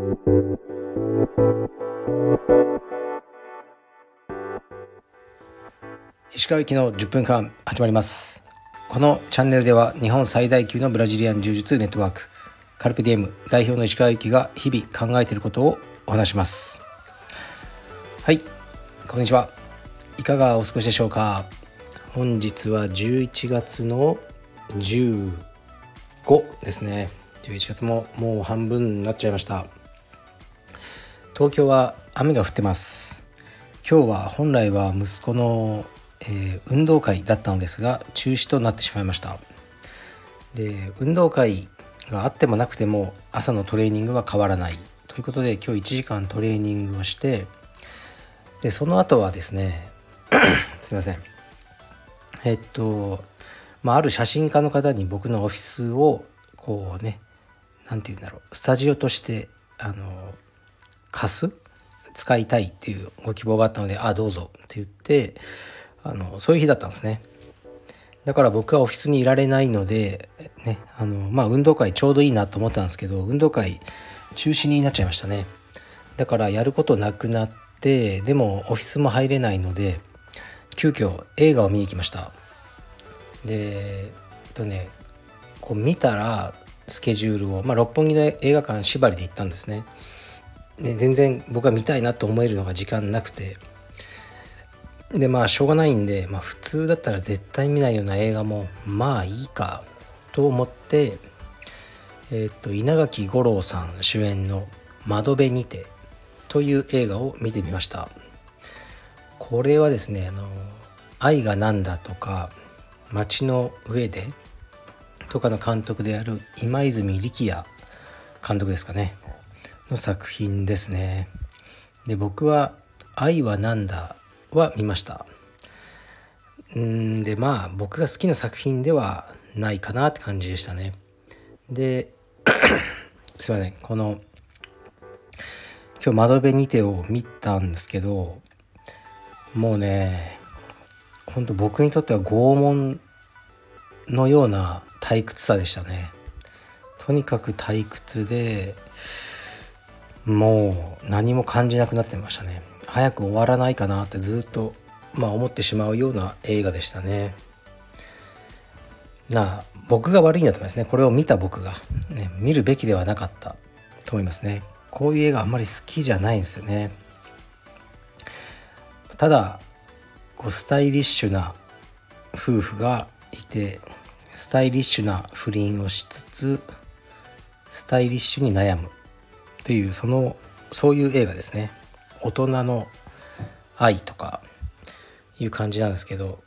石川行きの10分間始まります。このチャンネルでは日本最大級のブラジリアン柔術ネットワークカルペディエム代表の石川行きが日々考えていることをお話します。はい、こんにちは。いかがお過ごしでしょうか。本日は11月の15ですね。11月ももう半分になっちゃいました。東京は雨が降ってます。今日は本来は息子の、運動会だったのですが中止となってしまいました。で、運動会があってもなくても朝のトレーニングは変わらないということで、今日1時間トレーニングをして、でその後はですねすいません、ある写真家の方に僕のオフィスをこうね、なんていうんだろう、スタジオとして使いたいっていうご希望があったので、どうぞって言って、そういう日だったんですね。だから僕はオフィスにいられないのでね、運動会ちょうどいいなと思ったんですけど、運動会中止になっちゃいましたね。だからやることなくなって、でもオフィスも入れないので急遽映画を見に行きました。でこう見たらスケジュールを、六本木の映画館縛りで行ったんですね。で全然僕が見たいなと思えるのが時間なくて、でしょうがないんで、普通だったら絶対見ないような映画もいいかと思って、稲垣吾郎さん主演の窓辺にてという映画を見てみました。これはですね、愛がなんだとか街の上でとかの監督である今泉力也監督ですかねの作品ですね。で、僕は愛はなんだは見ました。で僕が好きな作品ではないかなって感じでしたね。ですいません、今日窓辺にてを見たんですけど、もうね、本当僕にとっては拷問のような退屈さでしたね。とにかく退屈で、もう何も感じなくなってましたね。早く終わらないかなってずっと思ってしまうような映画でしたね。僕が悪いんだと思いますね。これを見た僕が、見るべきではなかったと思いますね。こういう映画あんまり好きじゃないんですよね。ただスタイリッシュな夫婦がいて、スタイリッシュな不倫をしつつスタイリッシュに悩むという、そういう映画ですね。大人の愛とかいう感じなんですけど、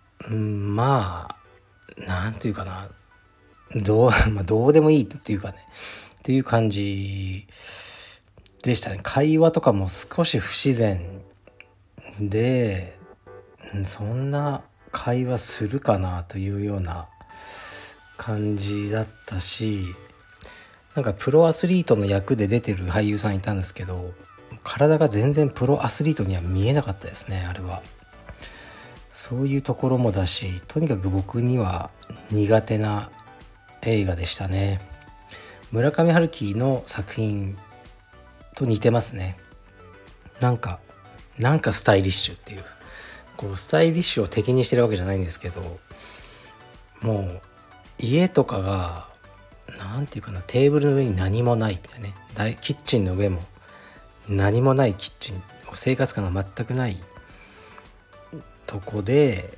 なんていうかな、どうでもいいっていうかねっていう感じでしたね。会話とかも少し不自然で、そんな会話するかなというような感じだったし、プロアスリートの役で出てる俳優さんいたんですけど、体が全然プロアスリートには見えなかったですね。あれはそういうところもだし、とにかく僕には苦手な映画でしたね。村上春樹の作品と似てますね。なんかスタイリッシュっていう、スタイリッシュを敵にしてるわけじゃないんですけど、もう家とかがなんていうかな、テーブルの上に何もないみたいなね、キッチンの上も何もないキッチン、生活感が全くないとこで、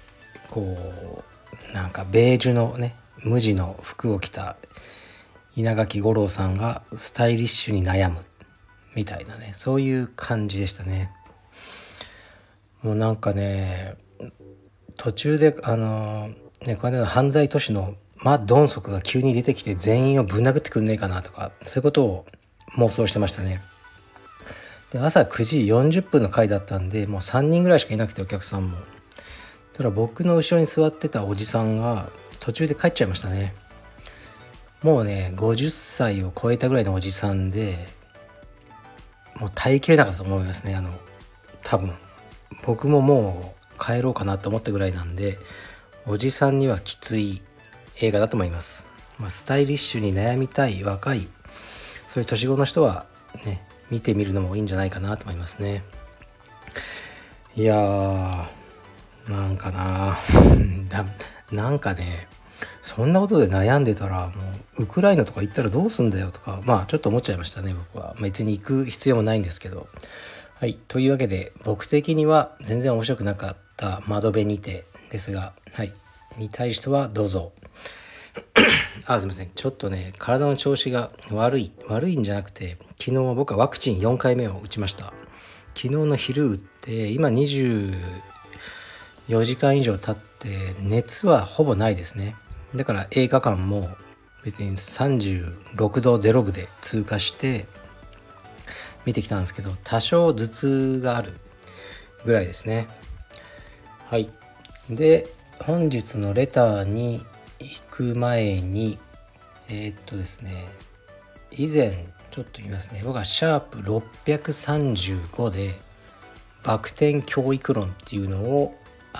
ベージュのね無地の服を着た稲垣吾郎さんがスタイリッシュに悩むみたいなね、そういう感じでしたね。もう途中でこの間の犯罪都市のドンソクが急に出てきて全員をぶん殴ってくんねえかなとか、そういうことを妄想してましたね。で、朝9時40分の回だったんで、もう3人ぐらいしかいなくて、お客さんも。ただ僕の後ろに座ってたおじさんが途中で帰っちゃいましたね。もうね、50歳を超えたぐらいのおじさんで、もう耐えきれなかったと思いますね。多分僕ももう帰ろうかなと思ったぐらいなんで、おじさんにはきつい映画だと思います。スタイリッシュに悩みたい若い、そういう年頃の人はね見てみるのもいいんじゃないかなと思いますね。いやーなんかななんかねそんなことで悩んでたらもうウクライナとか行ったらどうすんだよとかちょっと思っちゃいましたね僕は。別に行く必要もないんですけど。はい、というわけで僕的には全然面白くなかった窓辺にてですが、はい、見たい人はどうぞ。すいません、ちょっとね体の調子が悪いんじゃなくて、昨日僕はワクチン4回目を打ちました。昨日の昼打って今24時間以上経って熱はほぼないですね。だから映画館も別に36度0分で通過して見てきたんですけど、多少頭痛があるぐらいですね。はい。で本日のレターに行く前にですね、以前ちょっと言いますね。僕はシャープ635でバク転教育論っていうのを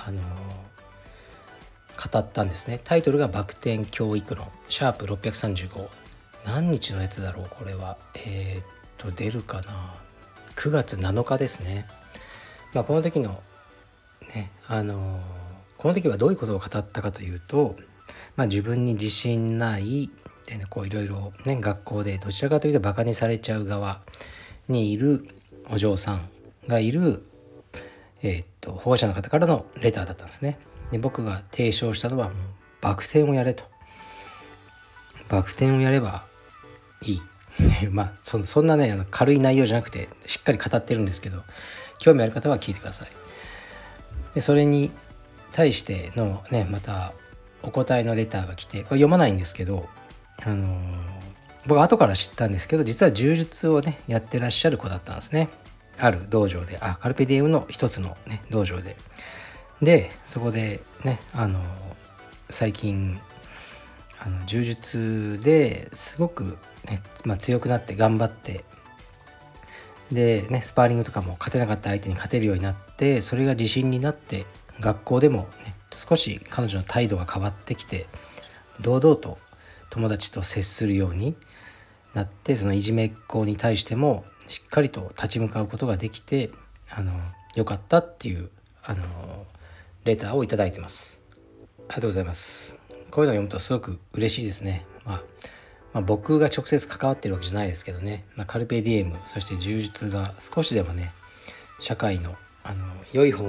語ったんですね。タイトルがバク転教育論シャープ635、何日のやつだろうこれは。出るかな、9月7日ですね。この時のねこの時はどういうことを語ったかというと、自分に自信ないでね、こういろいろね学校でどちらかというとバカにされちゃう側にいるお嬢さんがいる保護者の方からのレターだったんですね。で僕が提唱したのはもうバク転をやれと。バク転をやればいいそんなね軽い内容じゃなくてしっかり語ってるんですけど、興味ある方は聞いてください。でそれに対してのねまたお答えのレターが来て、これ読まないんですけど、僕後から知ったんですけど、実は柔術をねやってらっしゃる子だったんですね。ある道場で、カルペディウムの一つのね道場でそこでね最近柔術ですごくね、強くなって頑張ってでねスパーリングとかも勝てなかった相手に勝てるようになって、それが自信になって学校でもね少し彼女の態度が変わってきて堂々と友達と接するようになって、そのいじめっ子に対してもしっかりと立ち向かうことができてよかったっていうレターをいただいてます。ありがとうございます。こういうのを読むとすごく嬉しいですね。僕が直接関わってるわけじゃないですけどね、カルペディエムそして柔術が少しでもね社会の良い方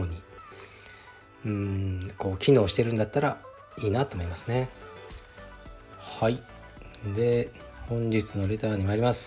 にこう機能してるんだったらいいなと思いますね。はい。で本日のレターに参ります。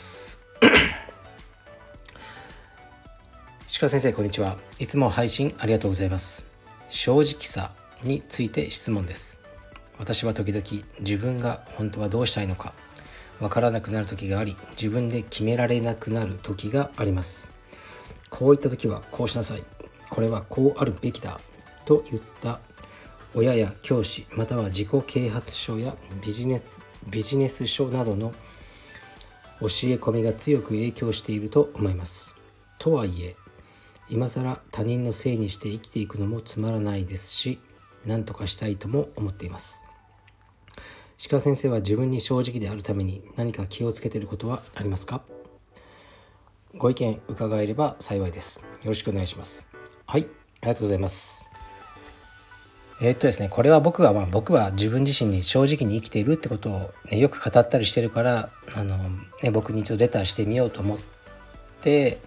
石川先生こんにちは。いつも配信ありがとうございます。正直さについて質問です。私は時々自分が本当はどうしたいのかわからなくなる時があり、自分で決められなくなる時があります。こういった時はこうしなさい、これはこうあるべきだといった親や教師または自己啓発書やビジネス書などの教え込みが強く影響していると思います。とはいえ今更他人のせいにして生きていくのもつまらないですし、何とかしたいとも思っています。鹿先生は自分に正直であるために何か気をつけていることはありますか？ご意見伺えれば幸いです。よろしくお願いします。はい、ありがとうございます。ですね、これは僕は自分自身に正直に生きているってことを、よく語ったりしてるから僕に一度レターしてみようと思って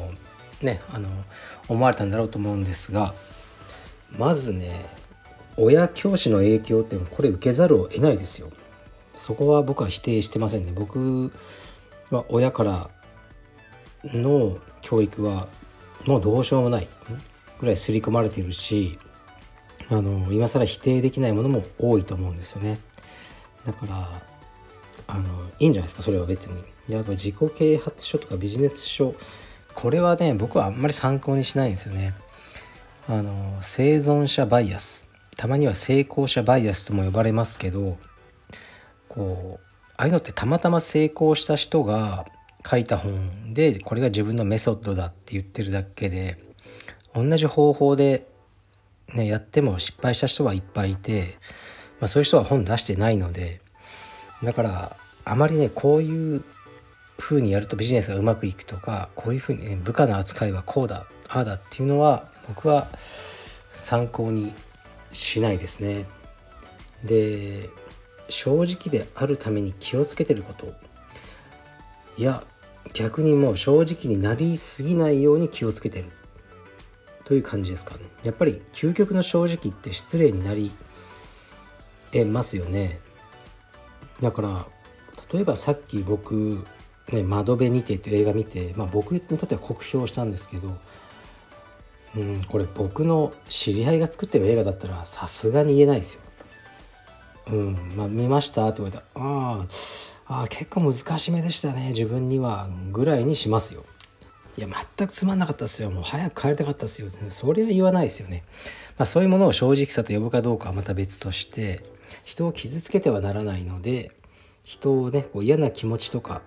思われたんだろうと思うんですが、まずね親教師の影響ってこれ受けざるを得ないですよ。そこは僕は否定してませんね。僕は親からの教育はもうどうしようもないぐらい刷り込まれているし、今更否定できないものも多いと思うんですよね。だからいいんじゃないですかそれは別に。であと自己啓発書とかビジネス書、これはね僕はあんまり参考にしないんですよね。生存者バイアス、たまには成功者バイアスとも呼ばれますけど、ああいうのってたまたま成功した人が書いた本でこれが自分のメソッドだって言ってるだけで、同じ方法で、やっても失敗した人はいっぱいいて、そういう人は本出してないので、だからあまりねこういう風にやるとビジネスがうまくいくとか、こういう風に、部下の扱いはこうだああだっていうのは僕は参考にしないですね。で、正直であるために気をつけてること、いや逆にもう正直になりすぎないように気をつけてるという感じですかね。やっぱり究極の正直って失礼になりますよね。だから例えばさっき僕窓辺にてという映画見て、僕にとっては酷評したんですけど、これ僕の知り合いが作ってる映画だったらさすがに言えないですよ。見ましたって言われたら、結構難しめでしたね自分にはぐらいにしますよ。いや全くつまんなかったですよ、もう早く帰りたかったですよ、それは言わないですよね。そういうものを正直さと呼ぶかどうかはまた別として、人を傷つけてはならないので、人をねこう嫌な気持ちとか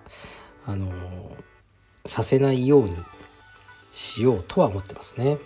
させないようにしようとは思ってますね。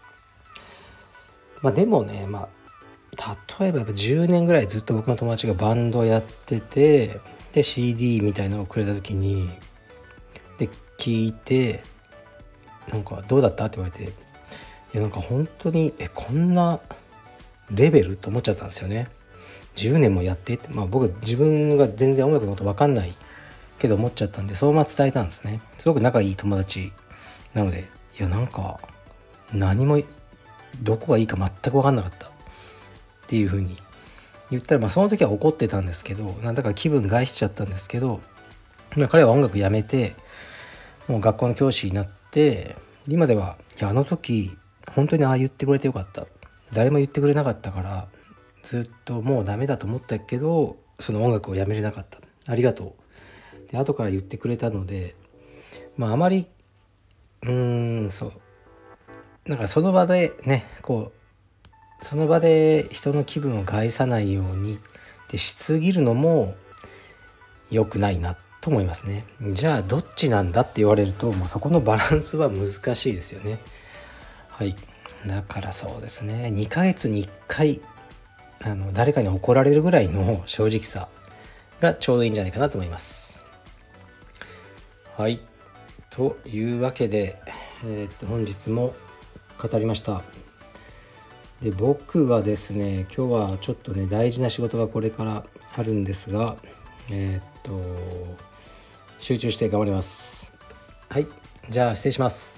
でもね、例えば10年ぐらいずっと僕の友達がバンドやってて、で CD みたいなのをくれた時にで聞いて、なんかどうだったって言われて、いやなんか本当にこんなレベルと思っちゃったんですよね。10年もやってって、僕自分が全然音楽のこと分かんないけど思っちゃったんで、そのまま伝えたんですね。すごく仲いい友達なので、いやなんか何もどこがいいか全く分かんなかったっていう風に言ったら、その時は怒ってたんですけど、だから気分害しちゃったんですけど、彼は音楽やめてもう学校の教師になって、今ではいやあの時本当に言ってくれてよかった、誰も言ってくれなかったからずっともうダメだと思ったけどその音楽をやめれなかった、ありがとうで後から言ってくれたので、あまりそうなんかその場でねその場で人の気分を害さないようにってしすぎるのも良くないなと思いますね。じゃあどっちなんだって言われると、もうそこのバランスは難しいですよね。はい、だからそうですね、2ヶ月に1回誰かに怒られるぐらいの正直さがちょうどいいんじゃないかなと思います。はい、というわけで、本日も語りました。で、僕はですね、今日はちょっとね大事な仕事がこれからあるんですが、集中して頑張ります。はい、じゃあ失礼します。